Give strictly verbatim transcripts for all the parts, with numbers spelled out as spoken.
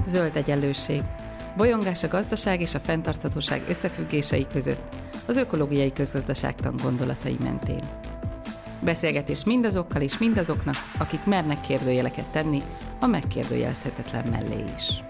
Zöld egyenlőség. Bolyongás a gazdaság és a fenntarthatóság összefüggései között, az ökológiai közgazdaságtan gondolatai mentén. Beszélgetés mindazokkal és mindazoknak, akik mernek kérdőjeleket tenni a megkérdőjelezhetetlen mellé is.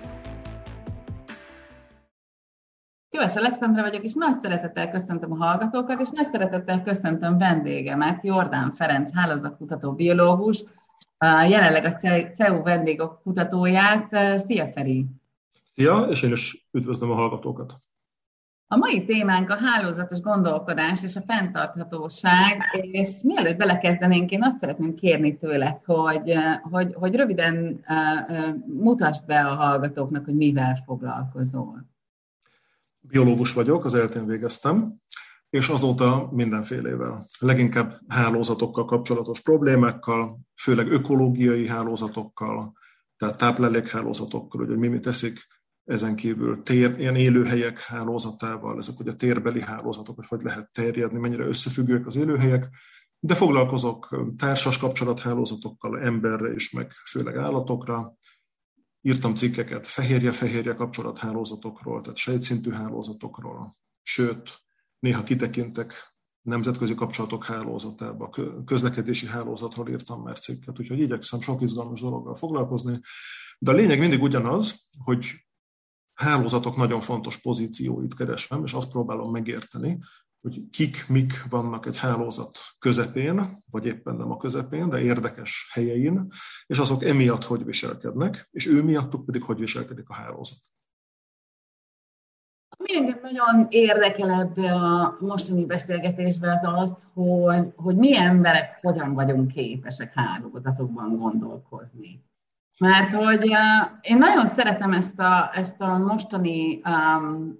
Kövess Alexandra vagyok, és nagy szeretettel köszöntöm a hallgatókat, és nagy szeretettel köszöntöm vendégemet, Jordán Ferenc hálózatkutató biológus, jelenleg a cé e u vendégok kutatóját. Szia, Feri! Szia, és én is üdvözlöm a hallgatókat! A mai témánk a hálózatos gondolkodás és a fenntarthatóság, és mielőtt belekezdenénk, én azt szeretném kérni tőled, hogy, hogy, hogy röviden mutasd be a hallgatóknak, hogy mivel foglalkozol. Biológus vagyok, az é el té-n végeztem, és azóta mindenfélével. Leginkább hálózatokkal kapcsolatos problémákkal, főleg ökológiai hálózatokkal, tehát táplálékhálózatokkal, hogy mi mit teszik, ezen kívül tér, ilyen élőhelyek hálózatával, ezek ugye térbeli hálózatok, hogy hogy lehet terjedni, mennyire összefüggőek az élőhelyek, de foglalkozok társas kapcsolathálózatokkal, emberre is, meg főleg állatokra. Írtam cikkeket fehérje-fehérje kapcsolathálózatokról, tehát sejtszintű hálózatokról, sőt, néha kitekintek nemzetközi kapcsolatok hálózatába, közlekedési hálózatról írtam már cikket, úgyhogy igyekszem sok izgalmas dologgal foglalkozni, de a lényeg mindig ugyanaz, hogy hálózatok nagyon fontos pozícióit keresem, és azt próbálom megérteni, hogy kik, mik vannak egy hálózat közepén, vagy éppen nem a közepén, de érdekes helyein, és azok emiatt hogy viselkednek, és ő miattuk pedig hogy viselkedik a hálózat. Ami engem nagyon érdekel ebbe a mostani beszélgetésben az az, hogy, hogy mi emberek hogyan vagyunk képesek hálózatokban gondolkozni. Mert hogy uh, én nagyon szeretem ezt a, ezt a mostani um,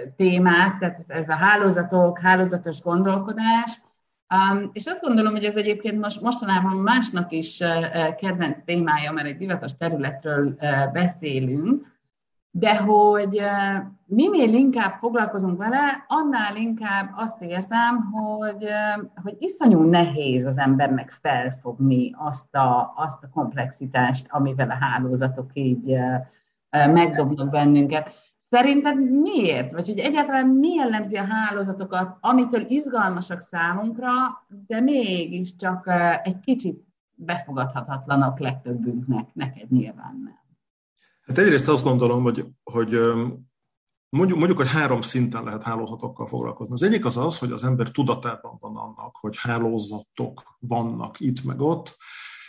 témát, tehát ez a hálózatok, hálózatos gondolkodás, um, és azt gondolom, hogy ez egyébként most, mostanában másnak is uh, kedvenc témája, mert egy divatos területről uh, beszélünk, de hogy uh, minél inkább foglalkozunk vele, annál inkább azt érzem, hogy, uh, hogy iszonyú nehéz az embernek felfogni azt a, azt a komplexitást, amivel a hálózatok így uh, uh, megdobnak bennünket. Szerinted miért? Vagy hogy egyáltalán mi jellemzi a hálózatokat, amitől izgalmasak számunkra, de mégiscsak uh, egy kicsit befogadhatatlanak legtöbbünknek, neked nyilván nem. Hát egyrészt azt gondolom, hogy, hogy mondjuk, mondjuk, hogy három szinten lehet hálózatokkal foglalkozni. Az egyik az az, hogy az ember tudatában van annak, hogy hálózatok vannak itt meg ott,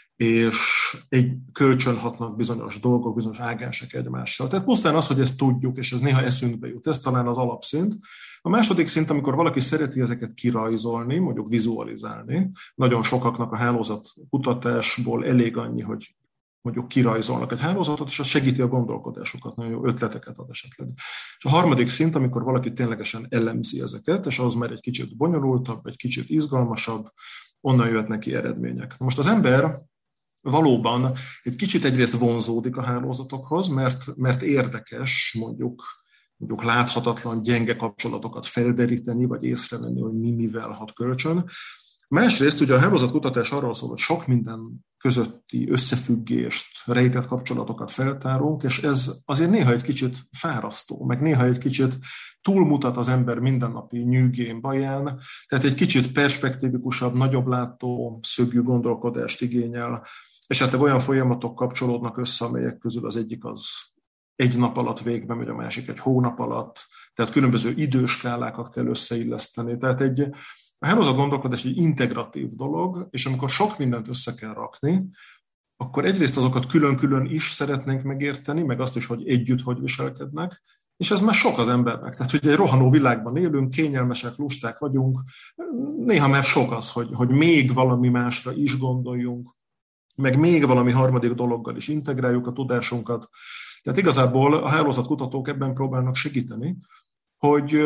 és egy kölcsönhatnak bizonyos dolgok, bizonyos ágensek egymással. Tehát pusztán az, hogy ezt tudjuk, és ez néha eszünkbe jut. Ez talán az alapszint. A második szint, amikor valaki szereti ezeket kirajzolni, mondjuk vizualizálni. Nagyon sokaknak a hálózatkutatásból elég annyi, hogy mondjuk kirajzolnak egy hálózatot, és az segíti a gondolkodásukat, nagyon jó ötleteket ad esetleg. És a harmadik szint, amikor valaki ténylegesen elemzi ezeket, és az már egy kicsit bonyolultabb, egy kicsit izgalmasabb, onnan jöhetnek ki eredmények. Most az ember valóban egy kicsit egyrészt vonzódik a hálózatokhoz, mert, mert érdekes mondjuk, mondjuk láthatatlan, gyenge kapcsolatokat felderíteni, vagy észrevenni, hogy mi mivel hat kölcsön. Másrészt ugye a hálózatkutatás arról szól, hogy sok minden közötti összefüggést, rejtett kapcsolatokat feltárunk, és ez azért néha egy kicsit fárasztó, meg néha egy kicsit túlmutat az ember mindennapi nyűgén baján, tehát egy kicsit perspektívikusabb, nagyobb látó szögű gondolkodást igényel, esetleg olyan folyamatok kapcsolódnak össze, amelyek közül az egyik az egy nap alatt végbe megy, a másik egy hónap alatt, tehát különböző időskálákat kell összeilleszteni, tehát egy A hálózatgondolkodás egy integratív dolog, és amikor sok mindent össze kell rakni, akkor egyrészt azokat külön-külön is szeretnénk megérteni, meg azt is, hogy együtt hogy viselkednek, és ez már sok az embernek. Tehát, hogy egy rohanó világban élünk, kényelmesek, lusták vagyunk, néha már sok az, hogy, hogy még valami másra is gondoljunk, meg még valami harmadik dologgal is integráljuk a tudásunkat. Tehát igazából a hálózatkutatók ebben próbálnak segíteni, hogy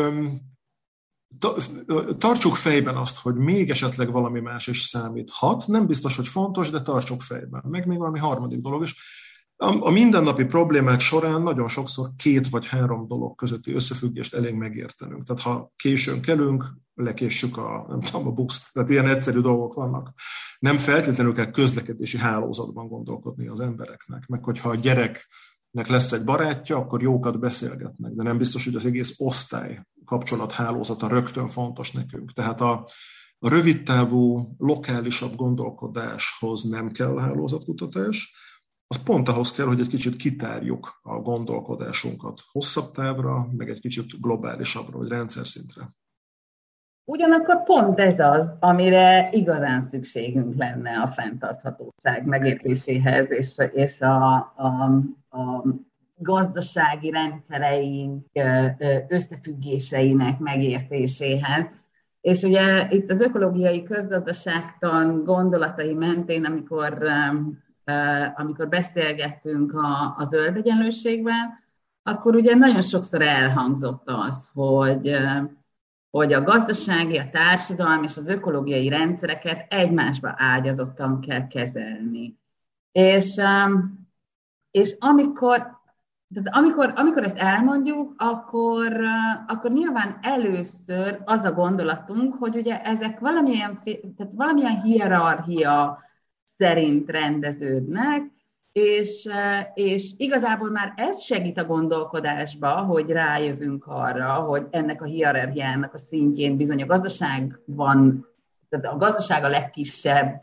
tartsuk fejben azt, hogy még esetleg valami más is számíthat. Nem biztos, hogy fontos, de tartsuk fejben. Meg még valami harmadik dolog is. A mindennapi problémák során nagyon sokszor két vagy három dolog közötti összefüggést elég megértenünk. Tehát ha későn kelünk, lekéssük a, nem tudom, a buszt. Tehát ilyen egyszerű dolgok vannak. Nem feltétlenül kell közlekedési hálózatban gondolkodni az embereknek. Meg hogyha a gyerek lesz egy barátja, akkor jókat beszélgetnek, de nem biztos, hogy az egész osztály kapcsolathálózata rögtön fontos nekünk. Tehát a, a rövidtávú, lokálisabb gondolkodáshoz nem kell hálózatkutatás, az pont ahhoz kell, hogy egy kicsit kitárjuk a gondolkodásunkat hosszabb távra, meg egy kicsit globálisabbra, vagy rendszer szintre. Ugyanakkor pont ez az, amire igazán szükségünk lenne a fenntarthatóság megértéséhez, és, és a, a, a gazdasági rendszereink összefüggéseinek megértéséhez. És ugye itt az ökológiai közgazdaságtan gondolatai mentén, amikor, amikor beszélgettünk a, a zöld egyenlőségben, akkor ugye nagyon sokszor elhangzott az, hogy hogy a gazdasági, a társadalmi és az ökológiai rendszereket egymásba ágyazottan kell kezelni. És, és amikor, tehát amikor, amikor ezt elmondjuk, akkor, akkor nyilván először az a gondolatunk, hogy ugye ezek valamilyen, tehát valamilyen hierarchia szerint rendeződnek, És, és igazából már ez segít a gondolkodásba, hogy rájövünk arra, hogy ennek a hierarchiának a szintjén bizony a gazdaság van, tehát a gazdaság a legkisebb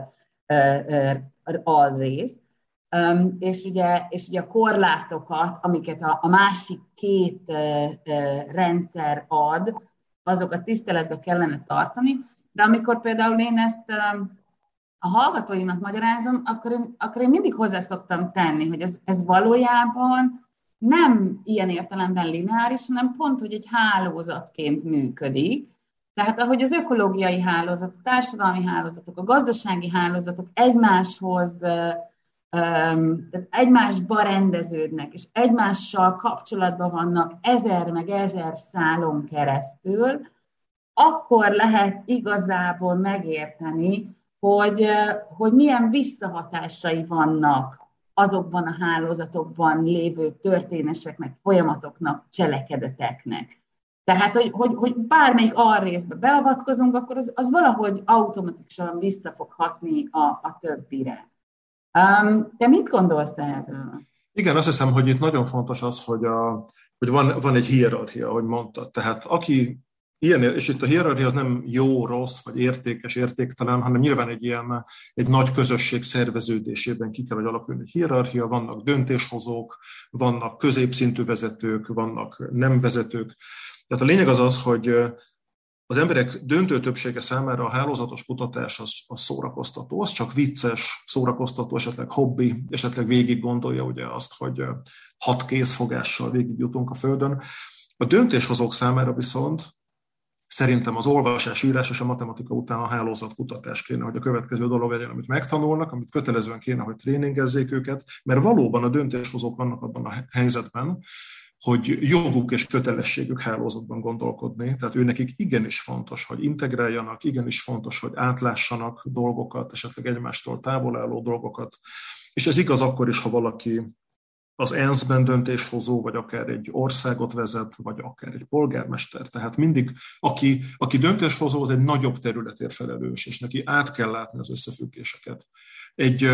alrész, és ugye, és ugye a korlátokat, amiket a, a másik két rendszer ad, azokat tiszteletbe kellene tartani, de amikor például én ezt a hallgatóimnak magyarázom, akkor én, akkor én mindig hozzá szoktam tenni, hogy ez, ez valójában nem ilyen értelemben lineáris, hanem pont, hogy egy hálózatként működik. Tehát ahogy az ökológiai hálózat, a társadalmi hálózatok, a gazdasági hálózatok egymáshoz, tehát egymásba rendeződnek, és egymással kapcsolatban vannak ezer meg ezer szálon keresztül, akkor lehet igazából megérteni, Hogy, hogy milyen visszahatásai vannak azokban a hálózatokban lévő történéseknek, folyamatoknak, cselekedeteknek. Tehát, hogy, hogy, hogy bármelyik alrészbe beavatkozunk, akkor az, az valahogy automatikusan vissza fog hatni a, a többire. Um, te mit gondolsz erről? Igen, azt hiszem, hogy itt nagyon fontos az, hogy, a, hogy van, van egy hierarchia, ahogy mondtad. Tehát aki ilyen, és itt a hierarchia az nem jó, rossz, vagy értékes, értéktelen, hanem nyilván egy ilyen egy nagy közösség szerveződésében ki kell, hogy alakuljon egy hierarchia, vannak döntéshozók, vannak középszintű vezetők, vannak nem vezetők. Tehát a lényeg az az, hogy az emberek döntő többsége számára a hálózatos kutatás az, az szórakoztató, az csak vicces, szórakoztató, esetleg hobbi, esetleg végig gondolja ugye azt, hogy hat kézfogással végig jutunk a Földön. A döntéshozók számára viszont szerintem az olvasás, írás és a matematika után a hálózatkutatás kéne, hogy a következő dolog legyen, amit megtanulnak, amit kötelezően kéne, hogy tréningezzék őket, mert valóban a döntéshozók vannak abban a helyzetben, hogy joguk és kötelességük hálózatban gondolkodni, tehát őnekik igenis fontos, hogy integráljanak, igenis fontos, hogy átlássanak dolgokat, esetleg egymástól távol álló dolgokat, és ez igaz akkor is, ha valaki az é en es ben döntéshozó, vagy akár egy országot vezet, vagy akár egy polgármester. Tehát mindig, aki, aki döntéshozó, az egy nagyobb területért felelős, és neki át kell látni az összefüggéseket. Egy,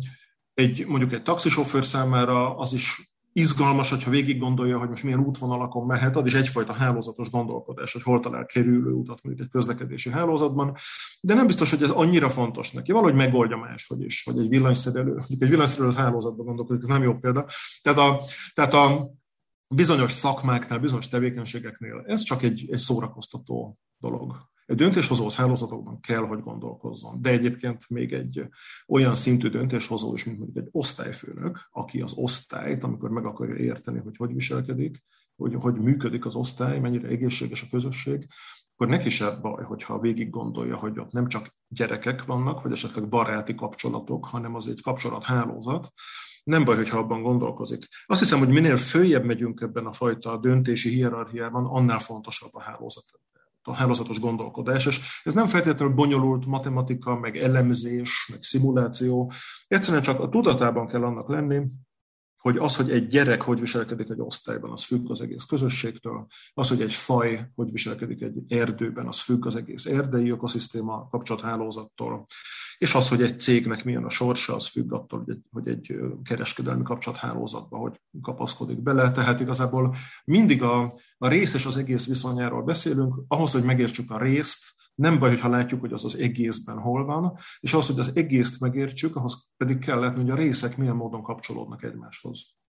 egy, mondjuk egy taxisofőr számára az is izgalmas, hogyha végig gondolja, hogy most milyen útvonalakon mehet, az is egyfajta hálózatos gondolkodás, hogy hol talál kerülő utat mondjuk egy közlekedési hálózatban, de nem biztos, hogy ez annyira fontos neki. Valahogy megoldja máshogy is, hogy egy villanyszerelő, mondjuk egy villanyszerelő hálózatban gondolkodik, ez nem jó példa. Tehát a, tehát a bizonyos szakmáknál, bizonyos tevékenységeknél ez csak egy, egy szórakoztató dolog. Egy döntéshozóhoz hálózatokban kell, hogy gondolkozzon. De egyébként még egy olyan szintű döntéshozó is, mint mondjuk egy osztályfőnök, aki az osztályt, amikor meg akarja érteni, hogy hogy viselkedik, hogy hogy működik az osztály, mennyire egészséges a közösség, akkor neki sem baj, hogyha végig gondolja, hogy ott nem csak gyerekek vannak, vagy esetleg baráti kapcsolatok, hanem az egy kapcsolathálózat. Nem baj, hogyha abban gondolkozik. Azt hiszem, hogy minél följebb megyünk ebben a fajta döntési hierarchiában, annál fontosabb a hálózat. A hálózatos gondolkodás, és ez nem feltétlenül bonyolult matematika, meg elemzés, meg szimuláció. Egyszerűen csak a tudatában kell annak lenni, hogy az, hogy egy gyerek hogy viselkedik egy osztályban, az függ az egész közösségtől, az, hogy egy faj hogy viselkedik egy erdőben, az függ az egész erdei ökoszisztéma kapcsolathálózattól, és az, hogy egy cégnek milyen a sorsa, az függ attól, hogy egy, hogy egy kereskedelmi kapcsolathálózatba hogy kapaszkodik bele. Tehát igazából mindig a, a rész és az egész viszonyáról beszélünk, ahhoz, hogy megértsük a részt, nem baj, hogyha látjuk, hogy az az egészben hol van, és az, hogy az egészt megértsük, ahhoz pedig kell látni, hogy a részek milyen módon kapcsolódnak egymáshoz.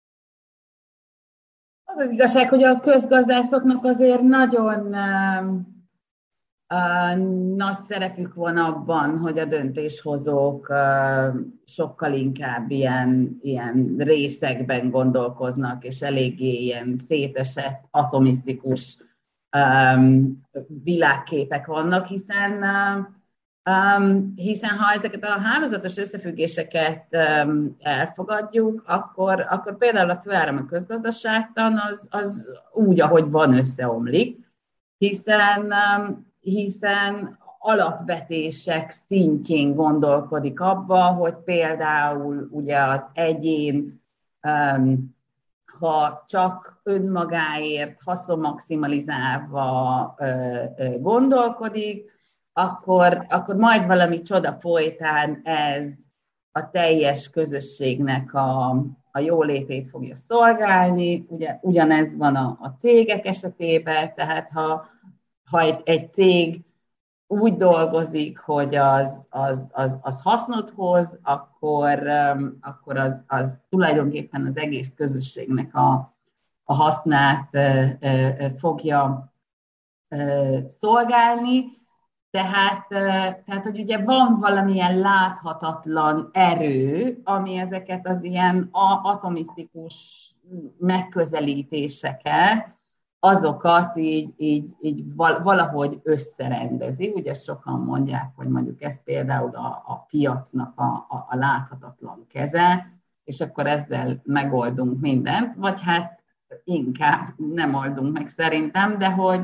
Az az igazság, hogy a közgazdászoknak azért nagyon uh, uh, nagy szerepük van abban, hogy a döntéshozók uh, sokkal inkább ilyen, ilyen részekben gondolkoznak, és eléggé ilyen szétesett, atomisztikus Um, világképek vannak, hiszen, um, hiszen ha ezeket a hálózatos összefüggéseket um, elfogadjuk, akkor, akkor például a főáram a közgazdaságtan az, az úgy, ahogy van, összeomlik, hiszen, um, hiszen alapvetések szintjén gondolkodik abba, hogy például ugye az egyén um, ha csak önmagáért haszonmaximalizálva ö, ö, gondolkodik, akkor, akkor majd valami csoda folytán ez a teljes közösségnek a, a jólétét fogja szolgálni. Ugye, ugyanez van a, a cégek esetében, tehát ha, ha egy, egy cég úgy dolgozik, hogy az, az, az, az hasznot hoz, akkor, um, akkor az, az tulajdonképpen az egész közösségnek a, a hasznát uh, uh, fogja uh, szolgálni. Tehát, uh, tehát, hogy ugye van valamilyen láthatatlan erő, ami ezeket az ilyen atomisztikus megközelítéseket, azokat így, így, így valahogy összerendezi. Ugye sokan mondják, hogy mondjuk ez például a, a piacnak a, a, a láthatatlan keze, és akkor ezzel megoldunk mindent, vagy hát inkább nem oldunk meg szerintem, de hogy,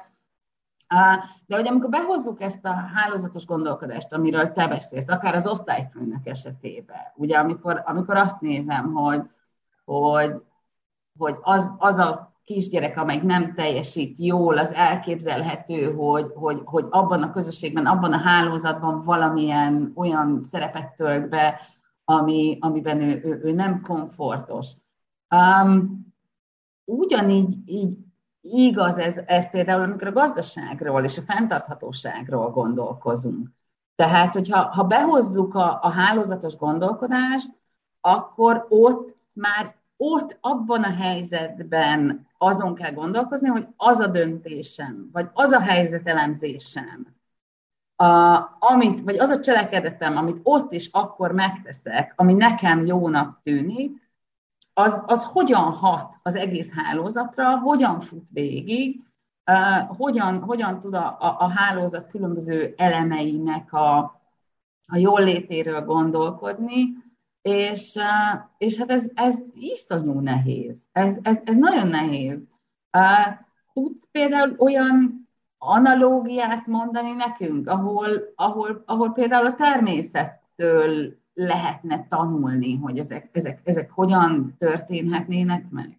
de hogy amikor behozzuk ezt a hálózatos gondolkodást, amiről te beszélsz, akár az osztályfőnök esetében, ugye amikor, amikor azt nézem, hogy, hogy, hogy az, az a kisgyerek, amelyik nem teljesít jól, az elképzelhető, hogy, hogy, hogy abban a közösségben, abban a hálózatban valamilyen olyan szerepet tölt be, ami, amiben ő, ő, ő nem komfortos. Um, ugyanígy így igaz ez, ez például, amikor a gazdaságról és a fenntarthatóságról gondolkozunk. Tehát, hogyha ha behozzuk a, a hálózatos gondolkodást, akkor ott már ott abban a helyzetben azon kell gondolkozni, hogy az a döntésem, vagy az a helyzetelemzésem, a, amit, vagy az a cselekedetem, amit ott is akkor megteszek, ami nekem jónak tűnik, az, az hogyan hat az egész hálózatra, hogyan fut végig, uh, hogyan, hogyan tud a, a, a hálózat különböző elemeinek a, a jólétéről gondolkodni, És, és hát ez, ez iszonyú nehéz. Ez, ez, ez nagyon nehéz. Tudsz például olyan analógiát mondani nekünk, ahol, ahol, ahol például a természettől lehetne tanulni, hogy ezek, ezek, ezek hogyan történhetnének meg?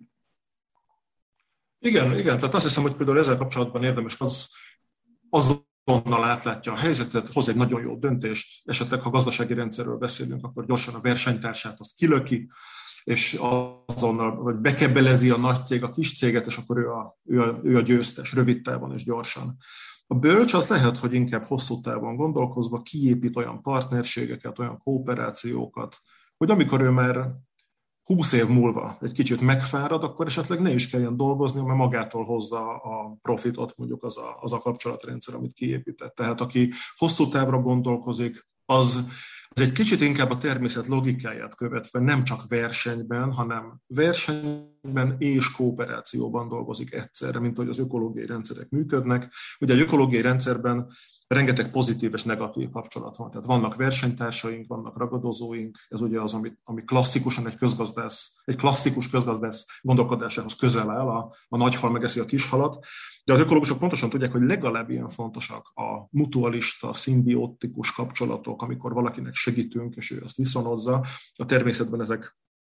Igen, igen. Tehát azt hiszem, hogy például ezzel kapcsolatban érdemes az, az azonnal átlátja a helyzetet, hoz egy nagyon jó döntést, esetleg ha gazdasági rendszerről beszélünk, akkor gyorsan a versenytársát azt kilöki, és azonnal vagy bekebelezi a nagy cég a kis céget, és akkor ő a, ő a, ő a győztes, rövid távon és gyorsan. A bölcs az lehet, hogy inkább hosszú távon gondolkozva kiépít olyan partnerségeket, olyan kooperációkat, hogy amikor ő már húsz év múlva egy kicsit megfárad, akkor esetleg ne is kelljen dolgozni, mert magától hozza a profitot, mondjuk az a, az a kapcsolatrendszer, amit kiépített. Tehát aki hosszú távra gondolkozik, az, az egy kicsit inkább a természet logikáját követve nem csak versenyben, hanem versenyben és kooperációban dolgozik egyszerre, mint hogy az ökológiai rendszerek működnek. Ugye egy ökológiai rendszerben rengeteg pozitív és negatív kapcsolat van. Tehát vannak versenytársaink, vannak ragadozóink, ez ugye az, ami, ami klasszikusan egy közgazdász, egy klasszikus közgazdász gondolkodásához közel áll, a, a nagy hal megeszi a kis halat, de az ökológusok pontosan tudják, hogy legalább ilyen fontosak a mutualista, szimbiotikus kapcsolatok, amikor valakinek segítünk, és ő azt viszonozza. A természetben ezek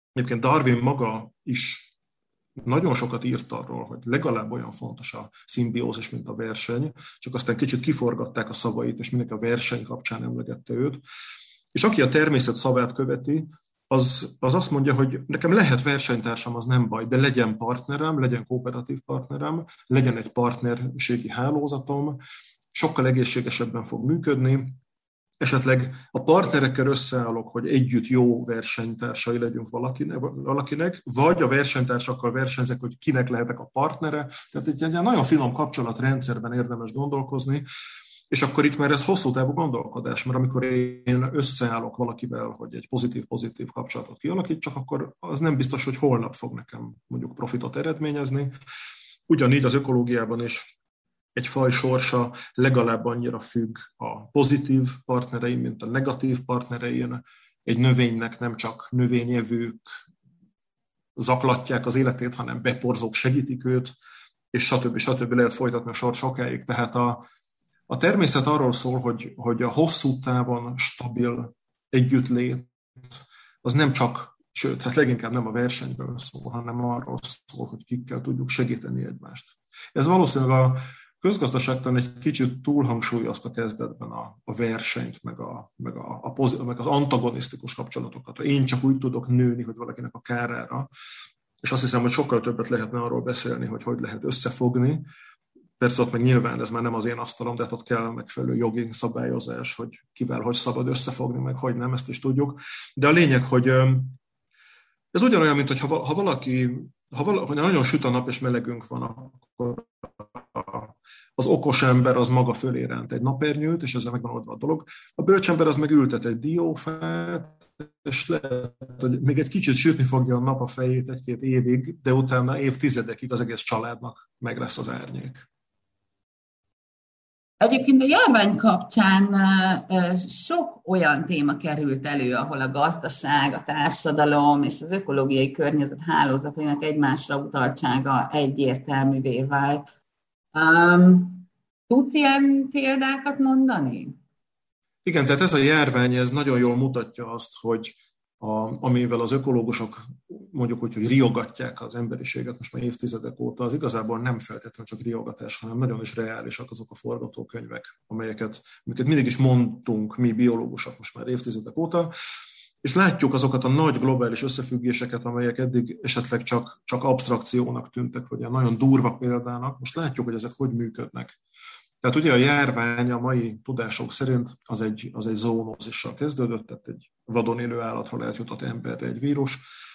egyébként Darwin maga is nagyon sokat írt arról, hogy legalább olyan fontos a szimbiózis, mint a verseny, csak aztán kicsit kiforgatták a szavait, és mindenki a verseny kapcsán emlegette őt. És aki a természet szavát követi, az, az azt mondja, hogy nekem lehet versenytársam, az nem baj, de legyen partnerem, legyen kooperatív partnerem, legyen egy partnerségi hálózatom, sokkal egészségesebben fog működni, esetleg a partnerekkel összeállok, hogy együtt jó versenytársai legyünk valakinek, vagy a versenytársakkal versenyzek, hogy kinek lehetek a partnere. Tehát egy, egy nagyon finom kapcsolatrendszerben érdemes gondolkozni, és akkor itt már ez hosszú távú gondolkodás, mert amikor én összeállok valakivel, hogy egy pozitív-pozitív kapcsolatot kialakítsak, akkor az nem biztos, hogy holnap fog nekem mondjuk profitot eredményezni. Ugyanígy az ökológiában is egy faj sorsa legalább annyira függ a pozitív partnerein, mint a negatív partnerein. Egy növénynek nem csak növényevők zaklatják az életét, hanem beporzók segítik őt, és stb. stb. Lehet folytatni a sor sokáig. Tehát a, a természet arról szól, hogy, hogy a hosszú távon stabil együttlét, az nem csak, sőt, hát leginkább nem a versenyről szól, hanem arról szól, hogy kikkel tudjuk segíteni egymást. Ez valószínűleg a közgazdaságtan egy kicsit túlhangsúlyozta kezdetben a, a versenyt, meg, a, meg, a, a poz, meg az antagonisztikus kapcsolatokat. Én csak úgy tudok nőni, hogy valakinek a kárára, és azt hiszem, hogy sokkal többet lehetne arról beszélni, hogy hogy lehet összefogni. Persze ott meg nyilván ez már nem az én asztalom, de hát ott kell megfelelő jogi szabályozás, hogy kivel hogy szabad összefogni, meg hogy nem, ezt is tudjuk. De a lényeg, hogy ez ugyanolyan, mint hogy ha valaki, ha valaki nagyon süt a nap és melegünk van, akkor az okos ember az maga fölé ránt egy napernyőt, és ezzel megvan oldva a dolog. A bölcs ember az meg ültet egy diófát, és lehet, hogy még egy kicsit sütni fogja a nap a fejét egy-két évig, de utána évtizedekig az egész családnak meg lesz az árnyék. Egyébként a járvány kapcsán sok olyan téma került elő, ahol a gazdaság, a társadalom és az ökológiai környezet hálózatainak egymásra utaltsága egyértelművé vált. Um, tudsz ilyen példákat mondani? Igen, tehát ez a járvány, ez nagyon jól mutatja azt, hogy a, amivel az ökológusok mondjuk úgy, hogy riogatják az emberiséget most már évtizedek óta, az igazából nem feltétlenül csak riogatás, hanem nagyon is reálisak azok a forgatókönyvek, amelyeket, amiket mindig is mondtunk mi biológusok most már évtizedek óta, és látjuk azokat a nagy globális összefüggéseket, amelyek eddig esetleg csak, csak absztrakciónak tűntek, vagy ilyen nagyon durva példának. Most látjuk, hogy ezek hogy működnek. Tehát ugye a járvány a mai tudások szerint az egy, az egy zoonózissal kezdődött, tehát egy vadon élő állatról eljutott emberre egy vírus.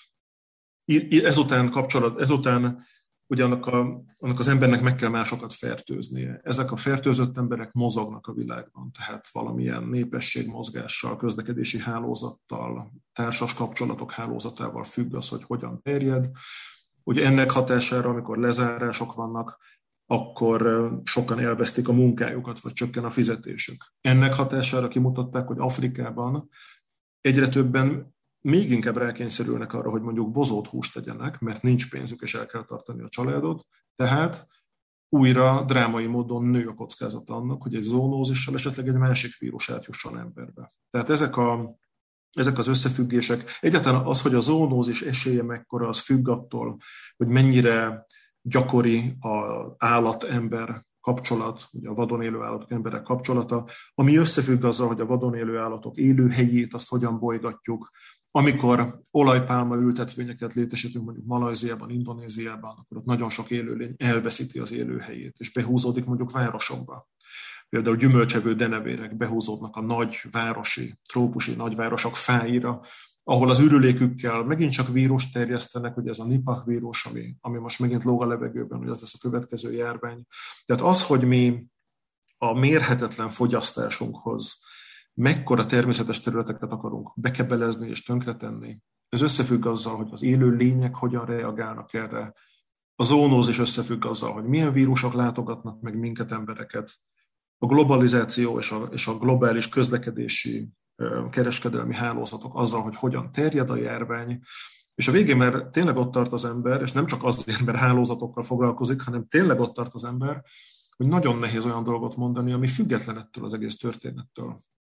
Ezután kapcsolat, ezután ugye annak, a, annak az embernek meg kell másokat fertőznie. Ezek a fertőzött emberek mozognak a világban, tehát valamilyen népességmozgással, közlekedési hálózattal, társas kapcsolatok hálózatával függ az, hogy hogyan terjed. Ugye ennek hatására, amikor lezárások vannak, akkor sokan elvesztik a munkájukat, vagy csökken a fizetésük. Ennek hatására kimutatták, hogy Afrikában egyre többen még inkább rákényszerülnek arra, hogy mondjuk bozót húst tegyenek, mert nincs pénzük, és el kell tartani a családot. Tehát újra drámai módon nő a kockázata annak, hogy egy zoonózissal esetleg egy másik vírus átjusson emberbe. Tehát ezek, a, ezek az összefüggések, egyáltalán az, hogy a zoonózis esélye mekkora, az függ attól, hogy mennyire gyakori az állat-ember kapcsolat, ugye a vadon élő állatok, emberek kapcsolata, ami összefügg azzal, hogy a vadon élő állatok élőhelyét, azt hogyan bolygatjuk. Amikor olajpálma ültetvényeket létesítünk mondjuk Malajziában, Indonéziában, akkor ott nagyon sok élőlény elveszíti az élőhelyét, és behúzódik mondjuk városokba. Például gyümölcsevő denevérek behúzódnak a nagy városi, trópusi nagyvárosok fáira, ahol az ürülékükkel megint csak vírust terjesztenek, ugye ez a Nipah vírus, ami, ami most megint lóg a levegőben, hogy az lesz a következő járvány. Tehát az, hogy mi a mérhetetlen fogyasztásunkhoz mekkora természetes területeket akarunk bekebelezni és tönkretenni, ez összefügg azzal, hogy az élő lények hogyan reagálnak erre. A zoonózis összefügg azzal, hogy milyen vírusok látogatnak meg minket, embereket. A globalizáció és a, és a globális közlekedési kereskedelmi hálózatok azzal, hogy hogyan terjed a járvány, és a végén már tényleg ott tart az ember, és nem csak azért, mert hálózatokkal foglalkozik, hanem tényleg ott tart az ember, hogy nagyon nehéz olyan dolgot mondani, ami független ettől az egész történettől.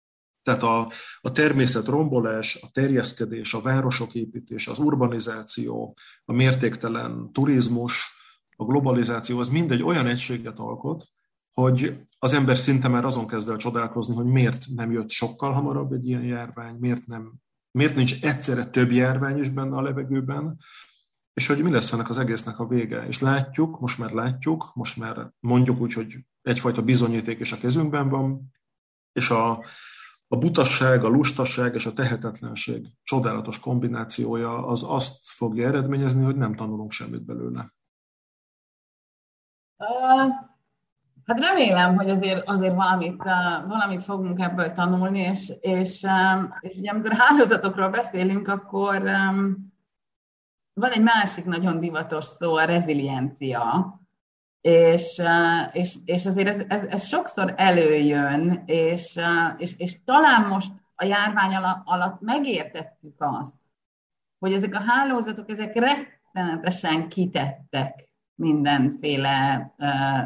Tehát a, a természet rombolás, a terjeszkedés, a városok építése, az urbanizáció, a mértéktelen turizmus, a globalizáció, az mind egy olyan egységet alkot, hogy az ember szinte már azon kezd el csodálkozni, hogy miért nem jött sokkal hamarabb egy ilyen járvány, miért, nem, miért nincs egyszerre több járvány is benne a levegőben, és hogy mi lesz ennek az egésznek a vége. És látjuk, most már látjuk, most már mondjuk úgy, hogy egyfajta bizonyíték is a kezünkben van, és a, a butasság, a lustaság és a tehetetlenség csodálatos kombinációja az azt fogja eredményezni, hogy nem tanulunk semmit belőle. Uh, hát remélem, hogy azért, azért valamit, uh, valamit fogunk ebből tanulni, és, és, um, és ugye amikor hálózatokról beszélünk, akkor um, van egy másik nagyon divatos szó, a reziliencia, és, uh, és, és azért ez, ez, ez sokszor előjön, és, uh, és, és talán most a járvány alatt megértettük azt, hogy ezek a hálózatok, ezek rettenetesen kitettek mindenféle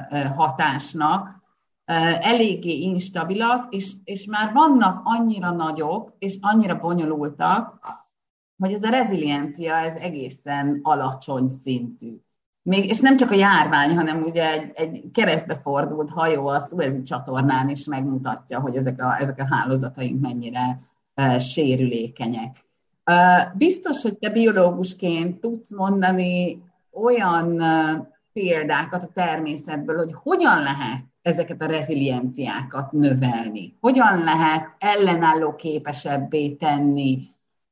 hatásnak, eléggé instabilak, és, és már vannak annyira nagyok, és annyira bonyolultak, hogy ez a reziliencia ez egészen alacsony szintű. Még, és nem csak a járvány, hanem ugye egy, egy keresztbe fordult hajó a Szuezi csatornán is megmutatja, hogy ezek a, ezek a hálózataink mennyire uh, sérülékenyek. Uh, biztos, hogy te biológusként tudsz mondani olyan példákat a természetből, hogy hogyan lehet ezeket a rezilienciákat növelni, hogyan lehet ellenálló képesebbé tenni,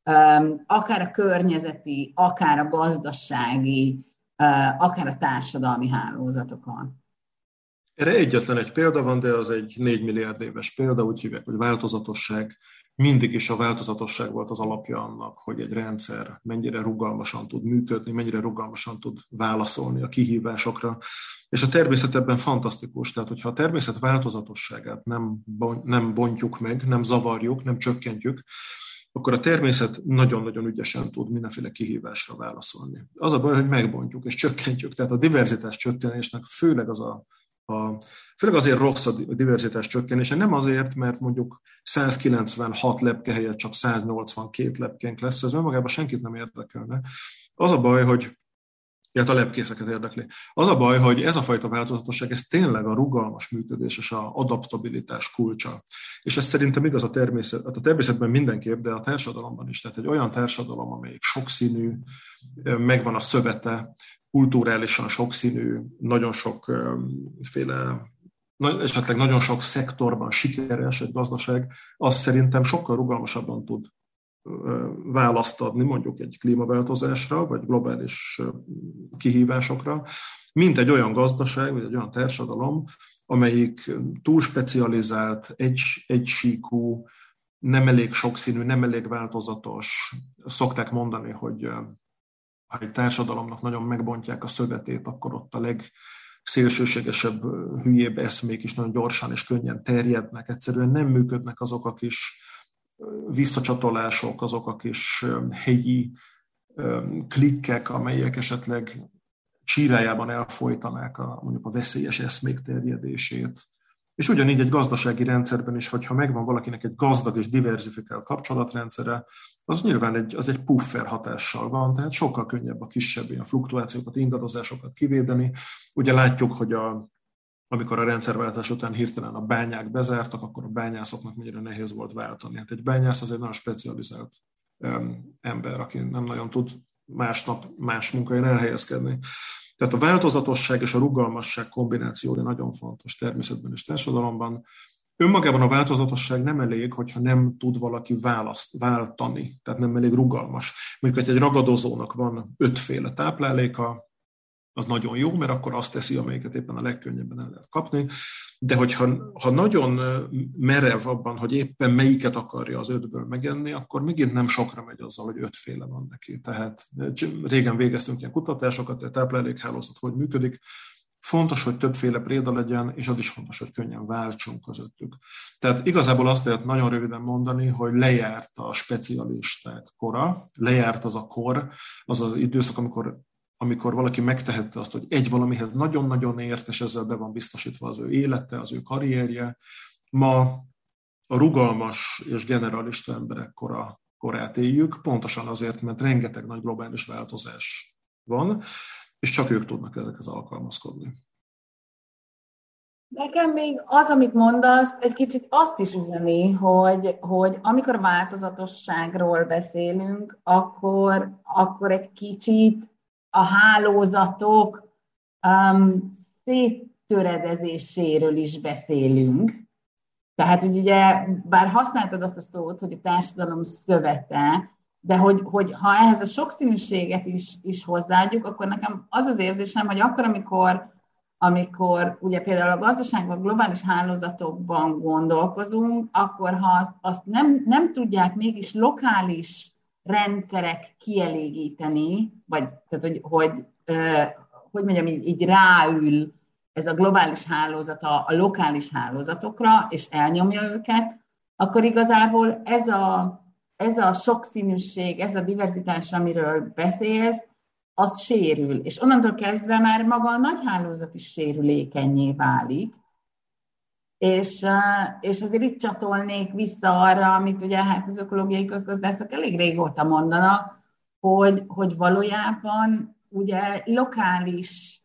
akár a környezeti, akár a gazdasági, akár a társadalmi hálózatokon. Erre egyetlen egy példa van, de az egy négy milliárd éves példa, úgy hívják, hogy változatosság. Mindig is a változatosság volt az alapja annak, hogy egy rendszer mennyire rugalmasan tud működni, mennyire rugalmasan tud válaszolni a kihívásokra. És a természet ebben fantasztikus, tehát hogyha a természet változatosságát nem, nem bontjuk meg, nem zavarjuk, nem csökkentjük, akkor a természet nagyon-nagyon ügyesen tud mindenféle kihívásra válaszolni. Az a baj, hogy megbontjuk és csökkentjük. Tehát a diverzitás csökkenésnek főleg az a A, főleg azért rossz a diverzitás csökkenése, nem azért, mert mondjuk százkilencvenhat lepke helyett csak száznyolcvankét lepkénk lesz, ez önmagában senkit nem érdekelne. Az a baj, hogy illetve a lepkészeket érdekli. Az a baj, hogy ez a fajta változatosság, ez tényleg a rugalmas működés és a adaptabilitás kulcsa. És ez szerintem igaz a természet, a természetben mindenképp, de a társadalomban is. Tehát egy olyan társadalom, amelyik sokszínű, megvan a szövete, kulturálisan sokszínű, nagyon sokféle, esetleg nagyon sok szektorban sikeres egy gazdaság, az szerintem sokkal rugalmasabban tud választ adni mondjuk egy klímaváltozásra, vagy globális kihívásokra, mint egy olyan gazdaság, vagy egy olyan társadalom, amelyik túl specializált, egy, egysíkú, nem elég sokszínű, nem elég változatos. Szokták mondani, hogy ha egy társadalomnak nagyon megbontják a szövetét, akkor ott a legszélsőségesebb, hülyébb eszmék is nagyon gyorsan és könnyen terjednek. Egyszerűen nem működnek azok a kis visszacsatolások, azok a kis helyi klikkek, amelyek esetleg csírájában elfojtanák a, mondjuk a veszélyes eszmék terjedését. És ugyanígy egy gazdasági rendszerben is, hogyha megvan valakinek egy gazdag és diverzifikált kapcsolatrendszere, az nyilván egy, az egy puffer hatással van, tehát sokkal könnyebb a kisebb ilyen fluktuációkat, ingadozásokat kivédeni. Ugye látjuk, hogy a, amikor a rendszerváltás után hirtelen a bányák bezártak, akkor a bányászoknak mennyire nehéz volt váltani. Hát egy bányász az egy nagyon specializált um, ember, aki nem nagyon tud másnap más munkahelyen elhelyezkedni. Tehát a változatosság és a rugalmasság kombinációja nagyon fontos természetben és társadalomban. Önmagában a változatosság nem elég, hogyha nem tud valaki választ, váltani, tehát nem elég rugalmas. Mondjuk, hogy egy ragadozónak van ötféle tápláléka, az nagyon jó, mert akkor azt teszi, amelyiket éppen a legkönnyebben el lehet kapni. De hogyha ha nagyon merev abban, hogy éppen melyiket akarja az ötből megenni, akkor megint nem sokra megy azzal, hogy ötféle van neki. Tehát régen végeztünk ilyen kutatásokat, a táplálékhálózat hogy működik. Fontos, hogy többféle préda legyen, és az is fontos, hogy könnyen váltsunk közöttük. Tehát igazából azt lehet nagyon röviden mondani, hogy lejárt a specialisták kora, lejárt az a kor, az az időszak, amikor amikor valaki megtehette azt, hogy egy valamihez nagyon-nagyon ért, és ezzel be van biztosítva az ő élete, az ő karrierje. Ma a rugalmas és generalista emberek kora, korát éljük, pontosan azért, mert rengeteg nagy globális változás van, és csak ők tudnak ezekhez alkalmazkodni. Nekem még az, amit mondasz, egy kicsit azt is üzeni, hogy, hogy amikor változatosságról beszélünk, akkor, akkor egy kicsit a hálózatok um, széttöredezéséről is beszélünk. Tehát ugye, bár használtad azt a szót, hogy a társadalom szövete, de hogy, hogy ha ehhez a sokszínűséget is, is hozzáadjuk, akkor nekem az az érzésem, hogy akkor, amikor amikor ugye például a gazdaságban, globális hálózatokban gondolkozunk, akkor ha azt, azt nem, nem tudják mégis lokális rendszerek kielégíteni, vagy tehát, hogy, hogy, hogy mondjam, így, így ráül ez a globális hálózat a, a lokális hálózatokra, és elnyomja őket, akkor igazából ez a, ez a sokszínűség, ez a diverzitás, amiről beszélsz, az sérül, és onnantól kezdve már maga a nagy hálózat is sérülékennyé válik. És, és azért itt csatolnék vissza arra, amit ugye hát az ökológiai közgazdászok elég régóta mondanak, hogy, hogy valójában ugye lokális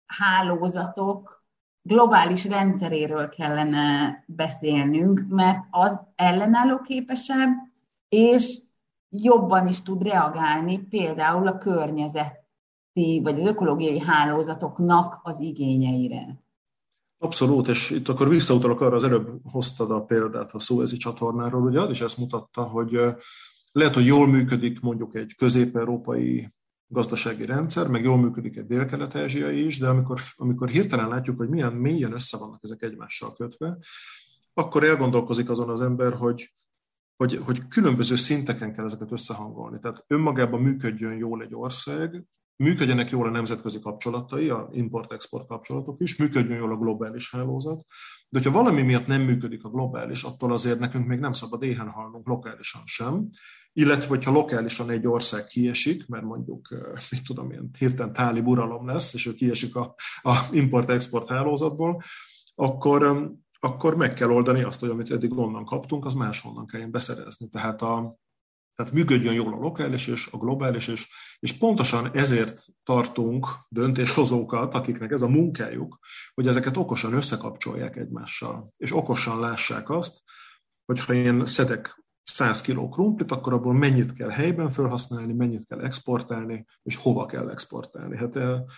hálózatok globális rendszeréről kellene beszélnünk, mert az ellenálló képesebb, és jobban is tud reagálni például a környezeti vagy az ökológiai hálózatoknak az igényeire. Abszolút, és itt akkor visszautalok arra, az előbb hoztad a példát a Szuezi csatornáról, ugye az is ezt mutatta, hogy lehet, hogy jól működik mondjuk egy közép-európai gazdasági rendszer, meg jól működik egy dél-kelet-ázsiai is, de amikor, amikor hirtelen látjuk, hogy milyen mélyen össze vannak ezek egymással kötve, akkor elgondolkozik azon az ember, hogy Hogy, hogy különböző szinteken kell ezeket összehangolni. Tehát önmagában működjön jól egy ország, működjenek jól a nemzetközi kapcsolatai, a import-export kapcsolatok is, működjön jól a globális hálózat, de hogyha valami miatt nem működik a globális, attól azért nekünk még nem szabad éhen halnunk lokálisan sem, illetve hogyha lokálisan egy ország kiesik, mert mondjuk, mit tudom én, hirtelen tálib uralom lesz, és ő kiesik a, a import-export hálózatból, akkor akkor meg kell oldani azt, hogy amit eddig onnan kaptunk, az máshonnan kelljen beszerezni. Tehát, a, tehát működjön jól a lokális és a globális, és, és pontosan ezért tartunk döntéshozókat, akiknek ez a munkájuk, hogy ezeket okosan összekapcsolják egymással, és okosan lássák azt, hogy ha én szedek száz kiló krumplit, akkor abból mennyit kell helyben felhasználni, mennyit kell exportálni, és hova kell exportálni. Hát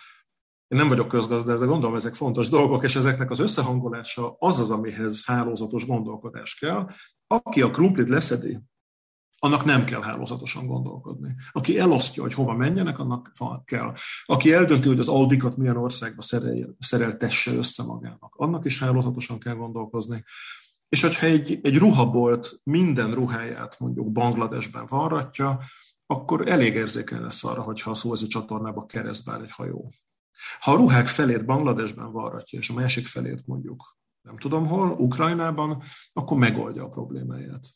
én nem vagyok közgazdász, de gondolom, ezek fontos dolgok, és ezeknek az összehangolása az az, amihez hálózatos gondolkodás kell. Aki a krumplit leszedi, annak nem kell hálózatosan gondolkodni. Aki elosztja, hogy hova menjenek, annak kell. Aki eldönti, hogy az Audikat milyen országba szerel, szereltesse össze magának, annak is hálózatosan kell gondolkozni. És hogyha egy, egy ruhabolt minden ruháját mondjuk Bangladesben varratja, akkor elég érzékeny lesz arra, hogyha a Szuezi csatornába keresztbe áll egy hajó. Ha a ruhák felét Bangladesben varratja, és a másik felét mondjuk nem tudom hol, Ukrajnában, akkor megoldja a problémáját.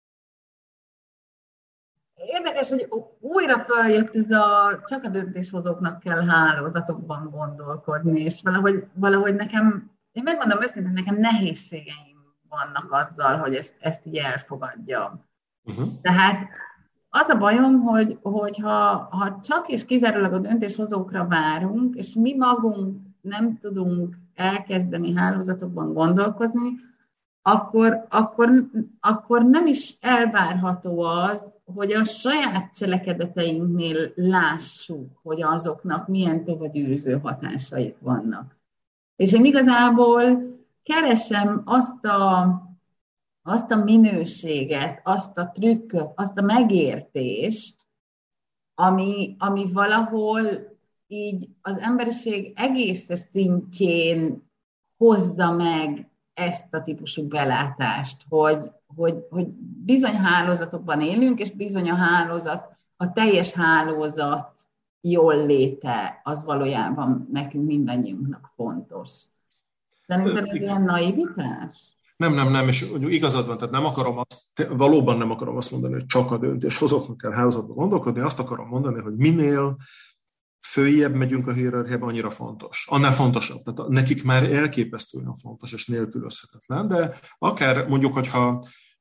Érdekes, hogy újra följött ez a csak a döntéshozóknak kell hálózatokban gondolkodni, és valahogy, valahogy nekem, én megmondom őszintén, nekem nehézségeim vannak azzal, hogy ezt, ezt így elfogadjam. Uh-huh. Tehát az a bajom, hogy, hogy ha, ha csak és kizárólag a döntéshozókra várunk, és mi magunk nem tudunk elkezdeni hálózatokban gondolkozni, akkor, akkor, akkor nem is elvárható az, hogy a saját cselekedeteinknél lássuk, hogy azoknak milyen tovagyűrűző hatásaik vannak. És én igazából keresem azt a, azt a minőséget, azt a trükköt, azt a megértést, ami, ami valahol így az emberiség egész szintjén hozza meg ezt a típusú belátást, hogy, hogy, hogy bizony hálózatokban élünk, és bizony a hálózat, a teljes hálózat jól léte, az valójában nekünk mindannyiunknak fontos. Szerintem ez ilyen naivitás? Nem, nem, nem, és igazad van, tehát nem akarom azt, valóban nem akarom azt mondani, hogy csak a döntéshozóknak kell hálózatban gondolkodni, azt akarom mondani, hogy minél följebb megyünk a hierarchiában, annyira fontos. Annál fontosabb. Tehát nekik már elképesztően fontos és nélkülözhetetlen, de akár mondjuk, hogyha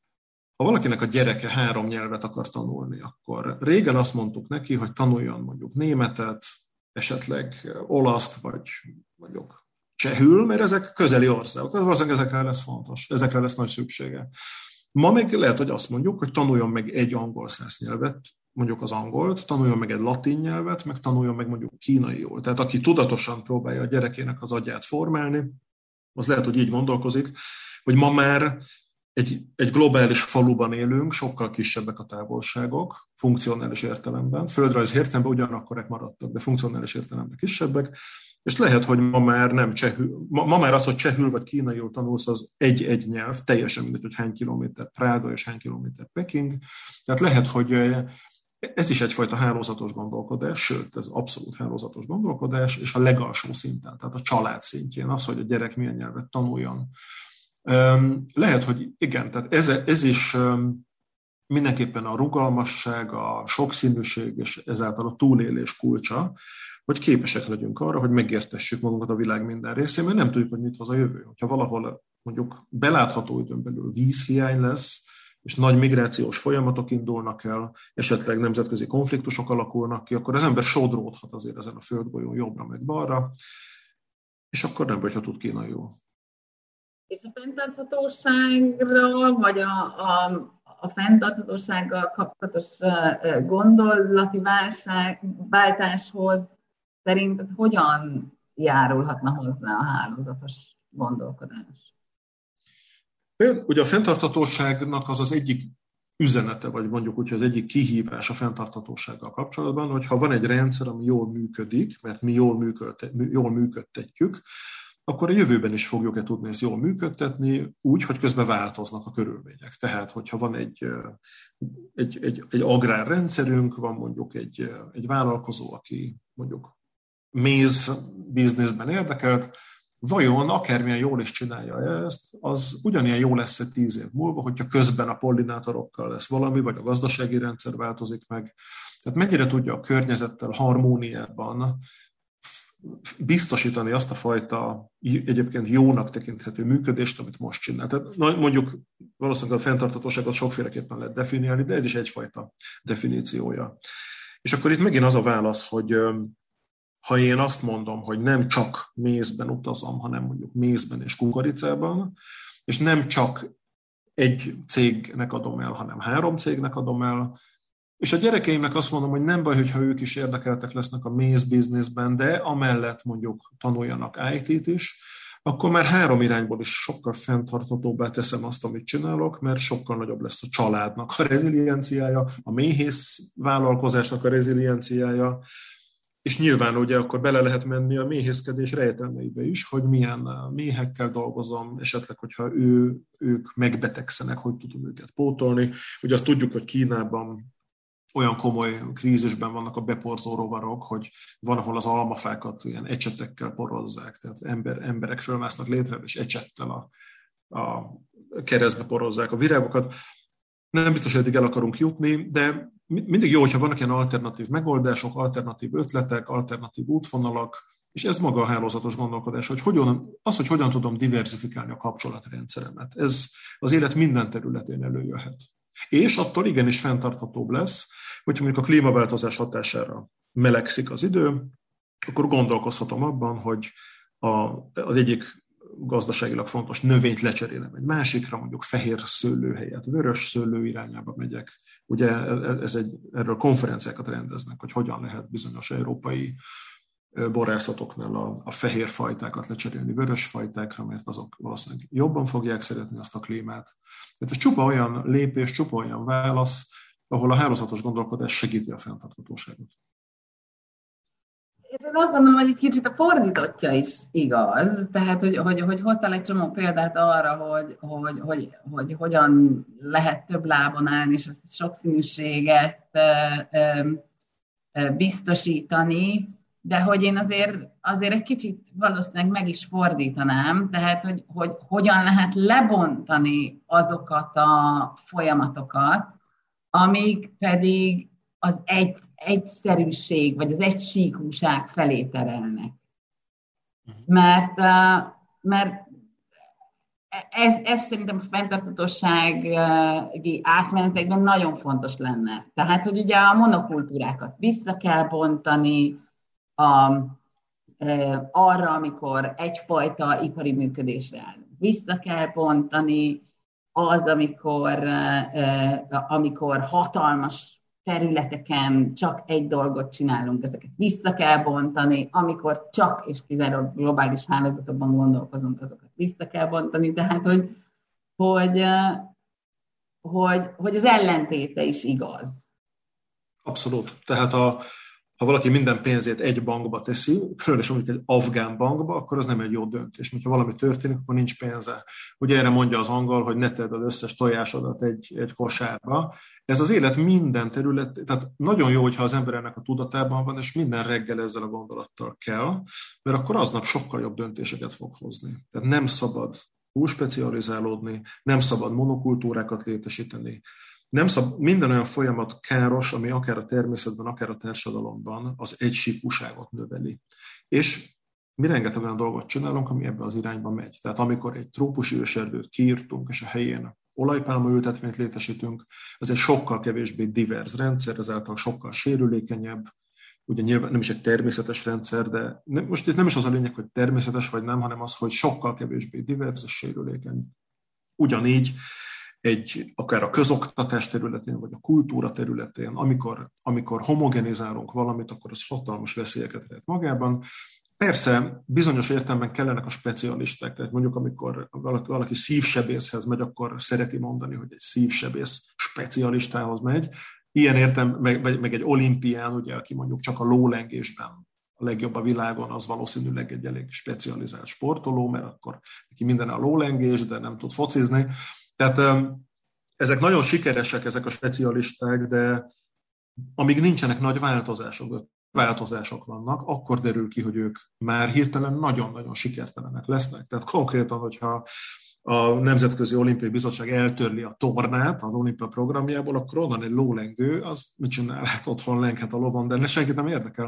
ha valakinek a gyereke három nyelvet akar tanulni, akkor régen azt mondtuk neki, hogy tanuljon mondjuk németet, esetleg olaszt, vagy mondjuk csehül, mert ezek közeli országok. Ez valószínűleg ezekre lesz fontos, ezekre lesz nagy szüksége. Ma meg lehet, hogy azt mondjuk, hogy tanuljon meg egy angol száz nyelvet, mondjuk az angolt, tanuljon meg egy latin nyelvet, meg tanuljon meg mondjuk kínaiul. Tehát aki tudatosan próbálja a gyerekének az agyát formálni, az lehet, hogy így gondolkozik, hogy ma már egy, egy globális faluban élünk, sokkal kisebbek a távolságok, funkcionális értelemben, földrajzi értelemben ugyanakkorek maradtak, de funkcionális értelemben kisebbek, és lehet, hogy ma már nem csehül, ma, ma már az, hogy csehül vagy kínaiul tanulsz, az egy-egy nyelv, teljesen mindegy, hogy hány kilométer Prága és hány kilométer Peking. Tehát lehet, hogy ez is egyfajta hálózatos gondolkodás, sőt, ez abszolút hálózatos gondolkodás, és a legalsó szinten, tehát a család szintjén, az, hogy a gyerek milyen nyelvet tanuljon. Lehet, hogy igen, tehát ez, ez is mindenképpen a rugalmasság, a sokszínűség, és ezáltal a túlélés kulcsa, hogy képesek legyünk arra, hogy megértessük magunkat a világ minden részén, mert nem tudjuk, hogy mit hoz a jövő. Hogyha valahol mondjuk belátható időn belül vízhiány lesz, és nagy migrációs folyamatok indulnak el, esetleg nemzetközi konfliktusok alakulnak ki, akkor az ember sodródhat azért ezen a földgolyón jobbra meg balra, és akkor nem vagy, ha tud kínaiul. És a fenntarthatóságra, vagy a, a, a fenntarthatósággal kapcsolatos gondolati válság, váltáshoz szerinted hogyan járulhatna hozzá a hálózatos gondolkodás? Ugye a fenntarthatóságnak az az egyik üzenete, vagy mondjuk úgy, az egyik kihívás a fenntarthatósággal kapcsolatban, hogy ha van egy rendszer, ami jól működik, mert mi jól, működtet, jól működtetjük, akkor a jövőben is fogjuk-e tudni ezt jól működtetni, úgy, hogy közben változnak a körülmények. Tehát, hogyha van egy, egy, egy, egy agrárrendszerünk, van mondjuk egy, egy vállalkozó, aki mondjuk méz bizniszben érdekelt, vajon akármilyen jól is csinálja ezt, az ugyanilyen jó lesz tíz év múlva, hogyha közben a pollinátorokkal lesz valami, vagy a gazdasági rendszer változik meg. Tehát mennyire tudja a környezettel harmóniában biztosítani azt a fajta egyébként jónak tekinthető működést, amit most csinál. Tehát mondjuk valószínűleg a fenntarthatóságot sokféleképpen lehet definiálni, de ez is egyfajta definíciója. És akkor itt megint az a válasz, hogy ha én azt mondom, hogy nem csak mézben utazom, hanem mondjuk mézben és kukoricában, és nem csak egy cégnek adom el, hanem három cégnek adom el, és a gyerekeimnek azt mondom, hogy nem baj, hogyha ők is érdekeltek lesznek a méz bizniszben, de amellett mondjuk tanuljanak í té-t is, akkor már három irányból is sokkal fenntarthatóbbá teszem azt, amit csinálok, mert sokkal nagyobb lesz a családnak a rezilienciája, a méhész vállalkozásnak a rezilienciája, és nyilván ugye akkor bele lehet menni a méhészkedés rejtelmeibe is, hogy milyen méhekkel dolgozom, esetleg, hogyha ő, ők megbetegszenek, hogy tudom őket pótolni. Ugye azt tudjuk, hogy Kínában olyan komoly krízisben vannak a beporzó rovarok, hogy van, ahol az almafákat ilyen ecsetekkel porozzák, tehát ember, emberek fölmásznak létre, és ecsettel a, a keresztbe porozzák a virágokat. Nem biztos, hogy eddig el akarunk jutni, de mindig jó, hogyha vannak ilyen alternatív megoldások, alternatív ötletek, alternatív útvonalak, és ez maga a hálózatos gondolkodás, hogy hogyan, az, hogy hogyan tudom diversifikálni a kapcsolatrendszeremet. Ez az élet minden területén előjöhet. És attól igenis fenntarthatóbb lesz, hogyha mondjuk a klímaváltozás hatására melegszik az idő, akkor gondolkozhatom abban, hogy a, az egyik gazdaságilag fontos növényt lecserélem egy másikra, mondjuk fehér szőlő helyett vörös szőlő irányába megyek. Ugye ez egy, erről konferenciákat rendeznek, hogy hogyan lehet bizonyos európai borászatoknál a, a fehér fajtákat lecserélni vörös fajtákra, mert azok valószínűleg jobban fogják szeretni azt a klímát. Tehát ez csupa olyan lépés, csupa olyan válasz, ahol a hálózatos gondolkodás segíti a fenntarthatóságot. És én azt gondolom, hogy egy kicsit a fordítottja is igaz. Tehát, hogy, hogy, hogy hoztál egy csomó példát arra, hogy, hogy, hogy, hogy hogyan lehet több lábon állni, és ezt a sokszínűséget biztosítani, de hogy én azért, azért egy kicsit valószínűleg meg is fordítanám, tehát, hogy, hogy hogyan lehet lebontani azokat a folyamatokat, amik pedig az egy, egyszerűség, vagy az egysíkúság felé terelnek. Mert, mert ez, ez szerintem a fenntarthatósági átmenetekben nagyon fontos lenne. Tehát, hogy ugye a monokultúrákat vissza kell bontani a, arra, amikor egyfajta ipari működésre állunk. Vissza kell bontani az, amikor, amikor hatalmas területeken csak egy dolgot csinálunk, ezeket vissza kell bontani, amikor csak és kizárólag globális hálózatokban gondolkozunk, azokat vissza kell bontani, tehát hogy, hogy, hogy, hogy az ellentéte is igaz. Abszolút. Tehát a, ha valaki minden pénzét egy bankba teszi, különösen mondjuk egy afgán bankba, akkor az nem egy jó döntés. Hogyha valami történik, akkor nincs pénze. Ugye erre mondja az angol, hogy ne tedd az összes tojásodat egy, egy kosárba. Ez az élet minden terület, tehát nagyon jó, hogyha az ember ennek a tudatában van, és minden reggel ezzel a gondolattal kell, mert akkor aznap sokkal jobb döntéseket fog hozni. Tehát nem szabad túl specializálódni, nem szabad monokultúrákat létesíteni. Nem szab, minden olyan folyamat káros, ami akár a természetben, akár a társadalomban az egysípúságot növeli. És mi rengeteg olyan dolgot csinálunk, ami ebbe az irányba megy. Tehát amikor egy trópusi őserdőt kiírtunk, és a helyén olajpálma ültetvényt létesítünk, az egy sokkal kevésbé divers rendszer, ezáltal sokkal sérülékenyebb, ugye nyilván nem is egy természetes rendszer, de nem, most itt nem is az a lényeg, hogy természetes vagy nem, hanem az, hogy sokkal kevésbé divers és sérülékeny. Ugyanígy egy, akár a közoktatás területén, vagy a kultúra területén, amikor, amikor homogenizálunk valamit, akkor az hatalmas veszélyeket rejt magában. Persze, bizonyos értelemben kellenek a specialisták, tehát mondjuk amikor valaki, valaki szívsebészhez megy, akkor szereti mondani, hogy egy szívsebész specialistához megy. Ilyen értem, meg, meg egy olimpián, ugye, aki mondjuk csak a lólengésben a legjobb a világon, az valószínűleg egy elég specializált sportoló, mert akkor neki minden a lólengés, de nem tud focizni. Tehát ezek nagyon sikeresek, ezek a specialisták, de amíg nincsenek nagy változások, változások vannak, akkor derül ki, hogy ők már hirtelen nagyon-nagyon sikertelenek lesznek. Tehát konkrétan, hogyha a Nemzetközi Olimpiai Bizottság eltörli a tornát az olimpia programjából, akkor onnan egy lólengő, az mit csinál? Hát otthon lenghet a lovon, de senkit nem érdekel.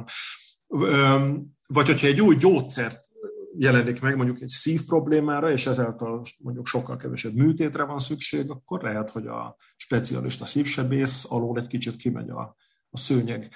Vagy hogyha egy új gyógyszert jelenik meg mondjuk egy szív problémára, és ezáltal mondjuk sokkal kevesebb műtétre van szükség, akkor lehet, hogy a specialista szívsebész alól egy kicsit kimegy a, a szőnyeg.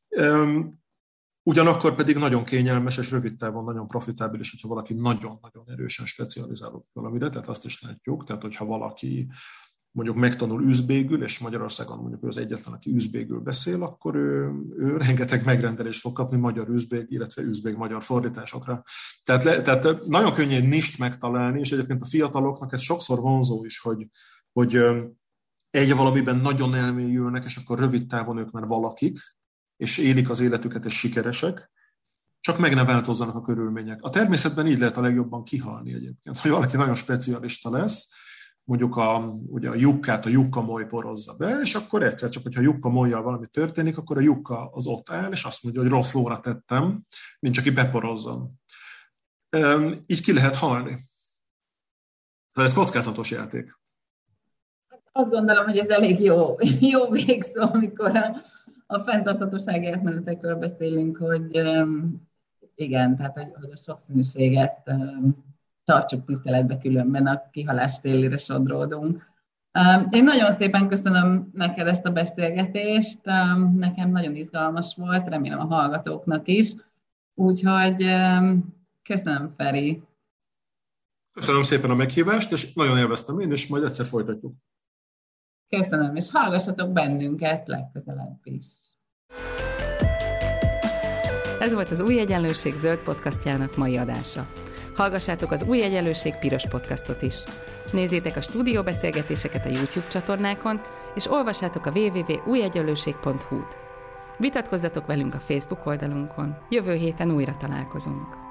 Ugyanakkor pedig nagyon kényelmes és rövid távon nagyon profitábilis, hogyha valaki nagyon-nagyon erősen specializálódik valamire, tehát azt is látjuk, tehát hogyha valaki mondjuk megtanul üzbégül, és Magyarországon mondjuk ő az egyetlen, aki üzbégül beszél, akkor ő, ő rengeteg megrendelést fog kapni magyar üzbég, illetve üzbég-magyar fordításokra. Tehát, le, tehát nagyon könnyű egy nist megtalálni, és egyébként a fiataloknak ez sokszor vonzó is, hogy, hogy egy valamiben nagyon elmélyülnek, és akkor rövid távon ők már valakik, és élik az életüket, és sikeresek, csak meg ne változzanak a körülmények. A természetben így lehet a legjobban kihalni egyébként, hogy valaki nagyon specialista lesz, mondjuk a, ugye a jukkát a jukkamoly porozza be, és akkor egyszer csak, hogyha a jukkamollyal valami történik, akkor a jukka az ott áll, és azt mondja, hogy rossz lóra tettem, nincs, aki beporozzon. Így ki lehet halni. Tehát ez kockázatos játék. Azt gondolom, hogy ez elég jó, jó végszó, amikor a, a fenntarthatósági átmenetekről beszélünk, hogy igen, tehát hogy, hogy a sokszínűséget tartsuk tiszteletbe, különben a kihalás szélére sodródunk. Én nagyon szépen köszönöm neked ezt a beszélgetést, nekem nagyon izgalmas volt, remélem a hallgatóknak is, úgyhogy köszönöm, Feri. Köszönöm szépen a meghívást, és nagyon élveztem én, és majd egyszer folytatjuk. Köszönöm, és hallgassatok bennünket legközelebb is. Ez volt az Új Egyenlőség zöld podcastjának mai adása. Hallgassátok az Új Egyenlőség piros podcastot is. Nézzétek a stúdióbeszélgetéseket a YouTube csatornákon, és olvassátok a double-u double-u double-u pont új egyenlőség pont hu-t. Vitatkozzatok velünk a Facebook oldalunkon. Jövő héten újra találkozunk.